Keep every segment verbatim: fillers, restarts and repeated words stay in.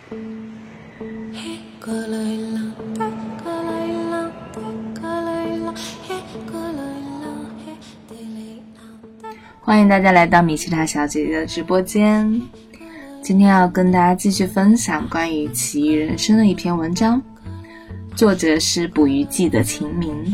欢迎大家来到米奇塔小姐姐的直播间。今天要跟大家继续分享关于奇异人生的一篇文章，作者是捕鱼记的秦明。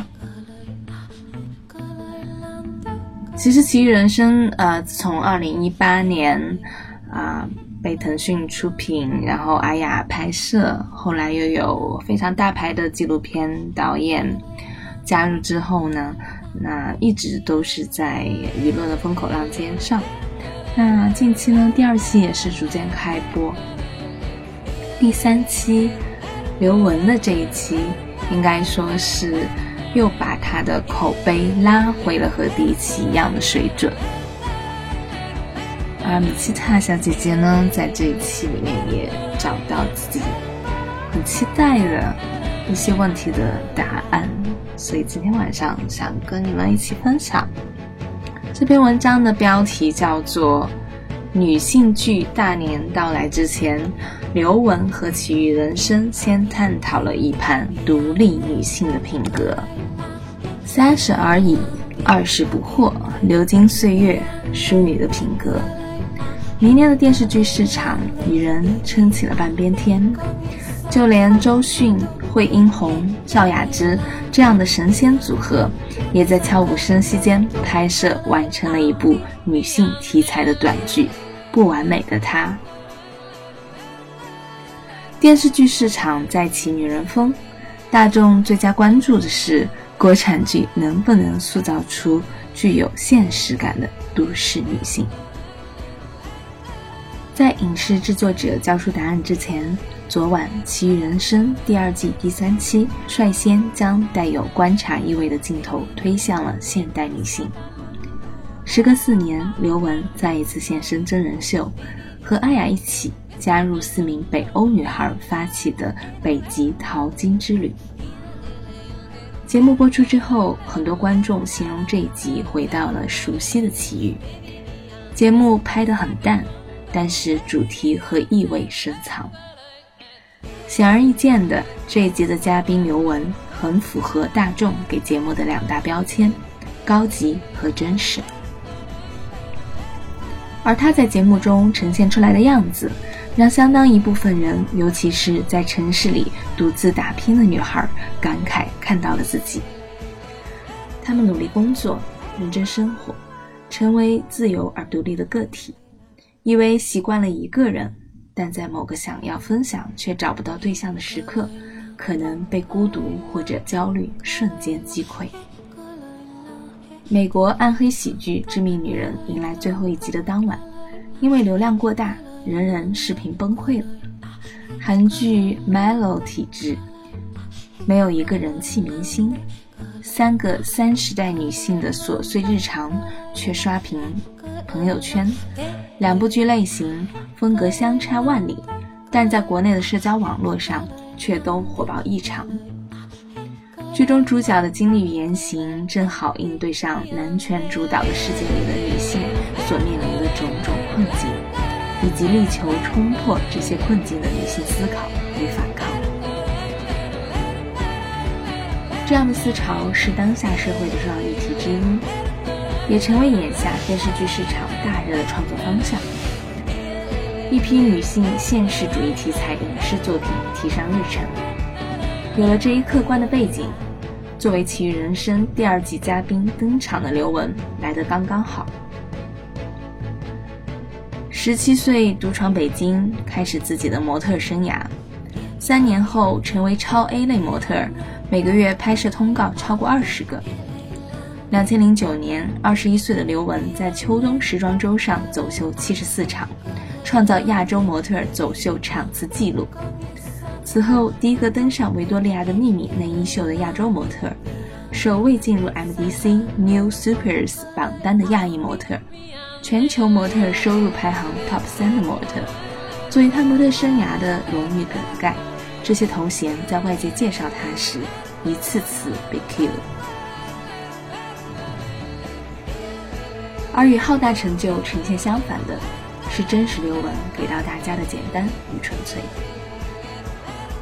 其实奇异人生呃，从二零一八年啊、呃、被腾讯出品，然后阿雅拍摄，后来又有非常大牌的纪录片导演加入之后呢，那一直都是在舆论的风口浪尖上。那近期呢，第二期也是逐渐开播，第三期刘雯的这一期应该说是又把他的口碑拉回了和第一期一样的水准。而米奇塔小姐姐呢，在这一期里面也找到自己很期待的一些问题的答案，所以今天晚上想跟你们一起分享。这篇文章的标题叫做女性剧大年到来之前，刘雯和奇异人生先探讨了一盘独立女性的品格。三十而已，二十不惑，流金岁月，淑女的品格。明年的电视剧市场女人撑起了半边天，就连周迅、惠英红、赵雅芝这样的神仙组合，也在悄无声息间拍摄完成了一部女性题材的短剧《不完美的她》。电视剧市场再起女人风，大众最佳关注的是国产剧能不能塑造出具有现实感的都市女性。在影视制作者交出答案之前，昨晚《奇异人生》第二季第三期率先将带有观察意味的镜头推向了现代女性。时隔四年，刘雯再一次现身真人秀，和阿雅一起加入四名北欧女孩发起的北极淘金之旅。节目播出之后，很多观众形容这一集回到了熟悉的奇遇。节目拍得很淡，但是主题和意味深藏。显而易见的，这一集的嘉宾刘雯很符合大众给节目的两大标签：高级和真实。而她在节目中呈现出来的样子，让相当一部分人，尤其是在城市里独自打拼的女孩，感慨看到了自己。她们努力工作，认真生活，成为自由而独立的个体，以为习惯了一个人，但在某个想要分享却找不到对象的时刻，可能被孤独或者焦虑瞬间击溃。美国暗黑喜剧《致命女人》迎来最后一集的当晚，因为流量过大，人人视频崩溃了。韩剧 Melo 体制，没有一个人气明星，三个三十代女性的琐碎日常却刷屏朋友圈。两部剧类型风格相差万里，但在国内的社交网络上却都火爆异常。剧中主角的经历与言行正好应对上男权主导的世界里的女性所面临的种种困境，以及力求冲破这些困境的女性思考与反抗。这样的思潮是当下社会的重要议题之一，也成为眼下电视剧市场大热的创作方向。一批女性现实主义题材影视作品提上日程。有了这一客观的背景，作为奇异人生第二季嘉宾登场的刘雯来得刚刚好。十七岁独闯北京，开始自己的模特生涯，三年后成为超 A 类模特，每个月拍摄通告超过二十个。两千零九年，二十一岁的刘雯在秋冬时装周上走秀七十四场，创造亚洲模特走秀场次纪录。此后，第一个登上维多利亚的秘密内衣秀的亚洲模特，首位进入 M D C New Supers 榜单的亚裔模特，全球模特收入排行 Top 三的模特，作为她模特生涯的荣誉梗概，这些头衔在外界介绍她时，一次次被 kill。而与浩大成就呈现相反的，是真实刘雯给到大家的简单与纯粹。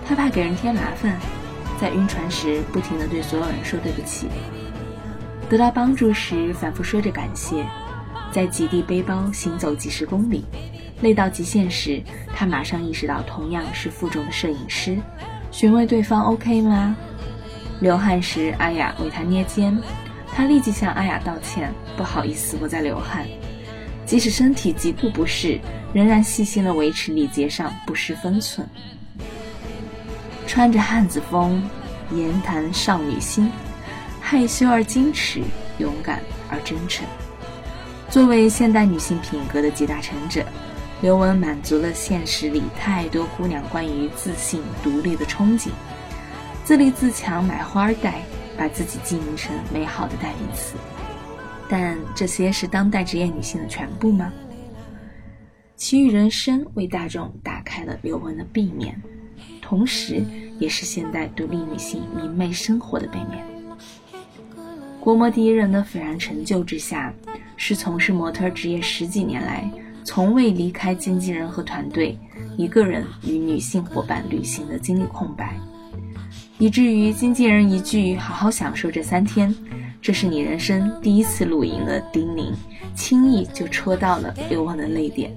她怕给人添麻烦，在晕船时不停地对所有人说对不起，得到帮助时反复说着感谢，在极地背包行走几十公里，累到极限时，她马上意识到同样是负重的摄影师，询问对方 OK 吗？流汗时阿雅为她捏肩，她立即向阿雅道歉，不好意思我在流汗，即使身体极度不适，仍然细心地维持礼节上不失分寸。穿着汉子风，言谈少女心，害羞而矜持，勇敢而真诚。作为现代女性品格的集大成者，刘雯满足了现实里太多姑娘关于自信独立的憧憬，自立自强买花戴，把自己经营成美好的代名词。但这些是当代职业女性的全部吗？奇遇人生为大众打开了刘雯的 B 面，同时也是现代独立女性明媚生活的背面。国模第一人的斐然成就之下，是从事模特职业十几年来从未离开经纪人和团队，一个人与女性伙伴旅行的经历空白，以至于经纪人一句好好享受这三天，这是你人生第一次露营的叮咛，轻易就戳到了刘雯的泪点。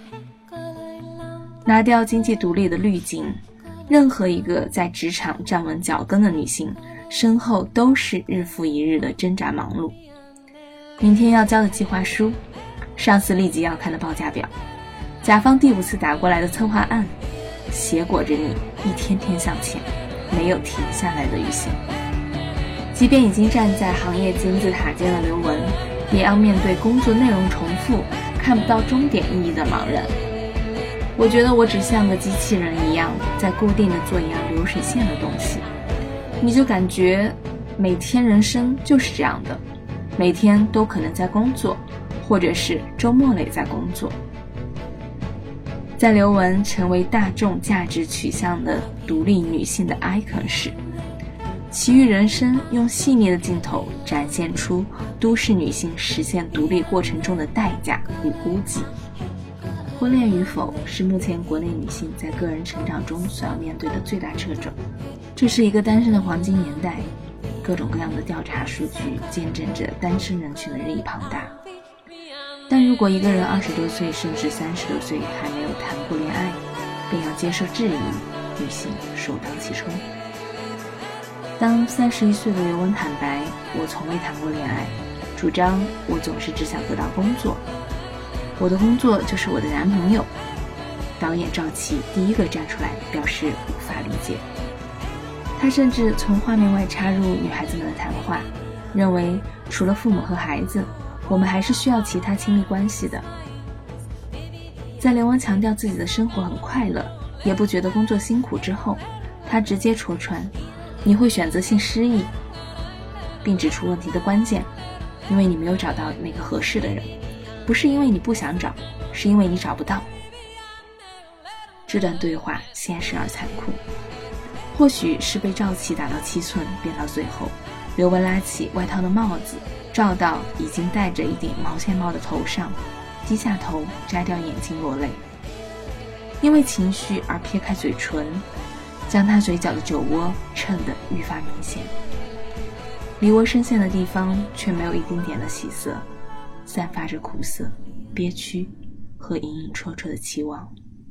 拿掉经济独立的滤镜，任何一个在职场站稳脚跟的女性，身后都是日复一日的挣扎忙碌。明天要交的计划书，上司立即要看的报价表，甲方第五次打过来的策划案，挟裹着你一天天向前，没有停下来的余线。即便已经站在行业金字塔尖的刘雯，也要面对工作内容重复，看不到终点意义的茫然。我觉得我只像个机器人一样，在固定的做一样流水线的东西，你就感觉每天人生就是这样的，每天都可能在工作，或者是周末里在工作。在刘雯成为大众价值取向的独立女性的 icon 时，奇遇人生用细腻的镜头展现出都市女性实现独立过程中的代价与孤寂。婚恋与否是目前国内女性在个人成长中所要面对的最大掣肘。这是一个单身的黄金年代，各种各样的调查数据见证着单身人群的日益庞大。但如果一个人二十多岁甚至三十多岁还没有谈过恋爱，便要接受质疑，女性首当其冲。当三十一岁的刘雯坦白我从未谈过恋爱，主张我总是只想得到工作，我的工作就是我的男朋友，导演赵琦第一个站出来表示无法理解。他甚至从画面外插入女孩子们的谈话，认为除了父母和孩子，我们还是需要其他亲密关系的。在刘雯强调自己的生活很快乐，也不觉得工作辛苦之后，他直接戳穿你会选择性失忆，并指出问题的关键，因为你没有找到那个合适的人，不是因为你不想找，是因为你找不到。这段对话现实而残酷，或许是被赵琦打到七寸，便到最后，刘雯拉起外套的帽子，照到已经戴着一顶毛线帽的头上，低下头摘掉眼睛落泪。因为情绪而撇开嘴唇，将他嘴角的酒窝衬得愈发明显。离窝深陷的地方却没有一丁点的喜色，散发着苦涩、憋屈和隐隐绰绰的期望。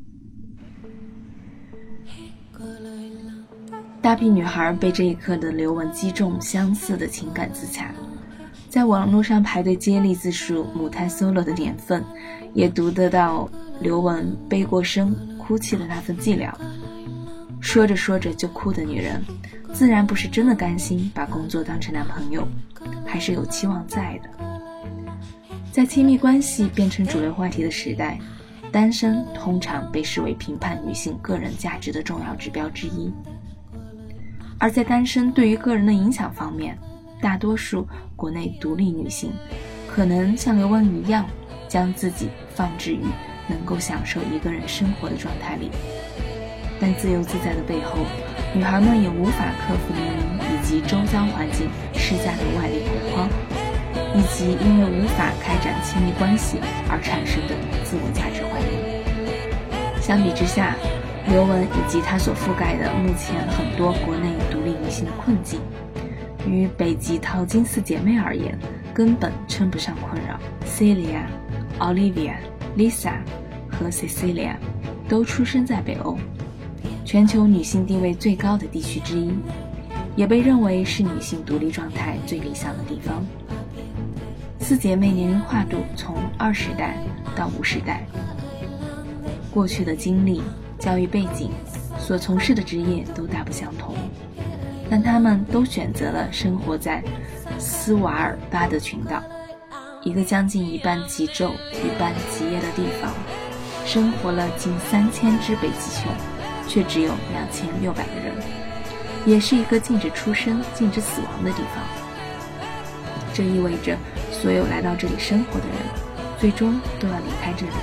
大批女孩被这一刻的刘雯击中相似的情感自洽，在网络上排队接力自述母胎 solo 的年份，也读得到刘雯背过身哭泣的那份寂寥。说着说着就哭的女人，自然不是真的甘心把工作当成男朋友，还是有期望在的。在亲密关系变成主流话题的时代，单身通常被视为评判女性个人价值的重要指标之一。而在单身对于个人的影响方面，大多数国内独立女性可能像刘雯一样，将自己放置于能够享受一个人生活的状态里。但自由自在的背后，女孩们也无法克服年龄以及周遭环境施加的外力恐慌，以及因为无法开展亲密关系而产生的自我价值怀疑。相比之下， 刘雯以及她所覆盖的目前很多国内独立女性的困境，于北极淘金四姐妹而言，根本称不上困扰。Celia、Olivia、Lisa 和 Cecilia 都出生在北欧，全球女性地位最高的地区之一，也被认为是女性独立状态最理想的地方。四姐妹年龄跨度从二十代到五十代，过去的经历、教育背景、所从事的职业都大不相同，但她们都选择了生活在斯瓦尔巴德群岛，一个将近一半极昼一半极夜的地方，生活了近三千只北极熊，却只有两千六百个人，也是一个禁止出生、禁止死亡的地方。这意味着所有来到这里生活的人，最终都要离开这里。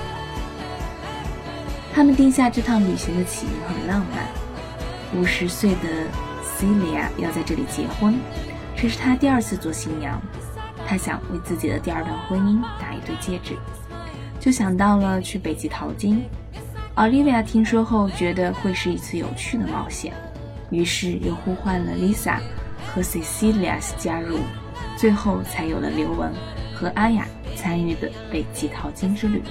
他们定下这趟旅行的起因很浪漫。五十岁的 Celia 要在这里结婚，这是她第二次做新娘。她想为自己的第二段婚姻打一对戒指，就想到了去北极淘金。Olivia 听说后觉得会是一次有趣的冒险，于是又呼唤了 Lisa 和 Cecilia 加入，最后才有了刘雯和阿雅参与的北极淘金之旅。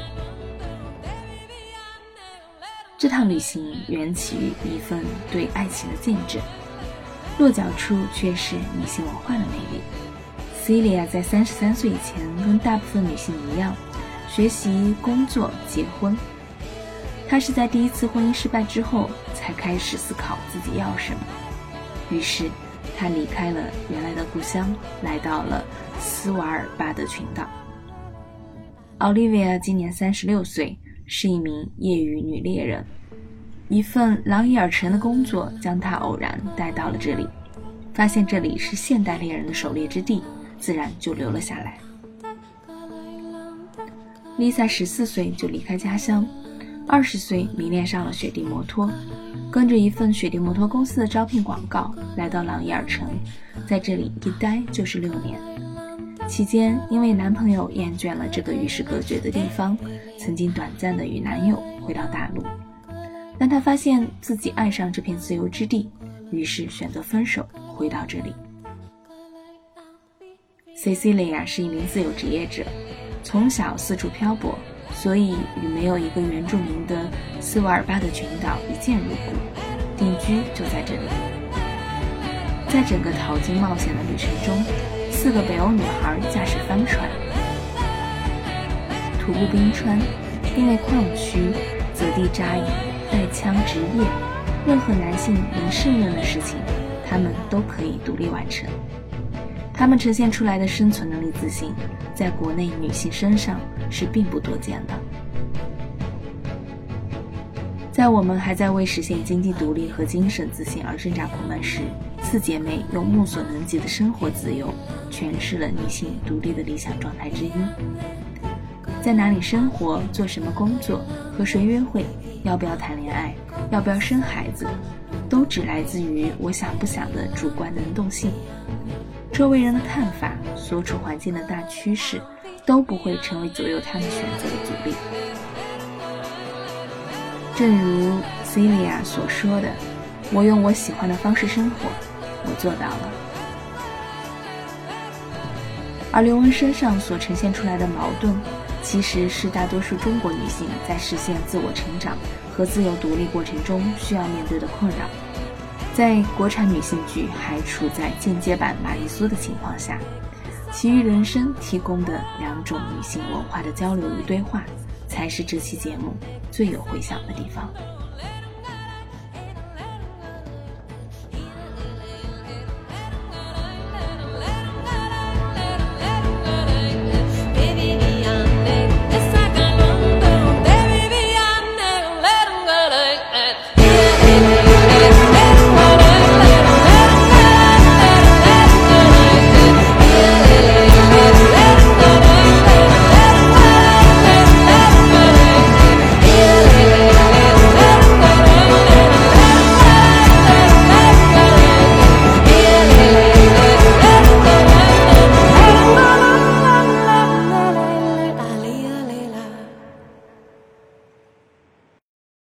这趟旅行缘起于一份对爱情的见证，落脚处却是女性文化的魅力。Celia 在三十三岁以前跟大部分女性一样，学习、工作、结婚。她是在第一次婚姻失败之后才开始思考自己要什么，于是她离开了原来的故乡，来到了斯瓦尔巴德群岛。Olivia 今年三十六岁，是一名业余女猎人，一份狼蚁尔城的工作将她偶然带到了这里，发现这里是现代猎人的狩猎之地，自然就留了下来。Lisa 十四岁就离开家乡，二十岁迷恋上了雪地摩托，跟着一份雪地摩托公司的招聘广告来到狼蚁尔城，在这里一待就是六年。期间因为男朋友厌倦了这个与世隔绝的地方，曾经短暂的与男友回到大陆，但她发现自己爱上这片自由之地，于是选择分手回到这里。Cecilia 是一名自由职业者，从小四处漂泊，所以与没有一个原住民的斯瓦尔巴德群岛一见如故，定居就在这里。在整个淘金冒险的旅程中，四个北欧女孩驾驶帆船、徒步冰川、定位矿区、择地扎营、带枪执业，任何男性能胜任的事情，她们都可以独立完成。她们呈现出来的生存能力自信，在国内女性身上是并不多见的。在我们还在为实现经济独立和精神自信而挣扎苦闷时，四姐妹用目所能及的生活自由诠释了女性独立的理想状态之一。在哪里生活、做什么工作、和谁约会、要不要谈恋爱、要不要生孩子，都只来自于我想不想的主观能动性。周围人的看法、所处环境的大趋势都不会成为左右他们选择的阻力。正如 Celia 所说的，我用我喜欢的方式生活，我做到了。而刘雯身上所呈现出来的矛盾，其实是大多数中国女性在实现自我成长和自由独立过程中需要面对的困扰。在国产女性剧还处在进阶版玛丽苏的情况下，其余人生提供的两种女性文化的交流与对话，才是这期节目最有回响的地方。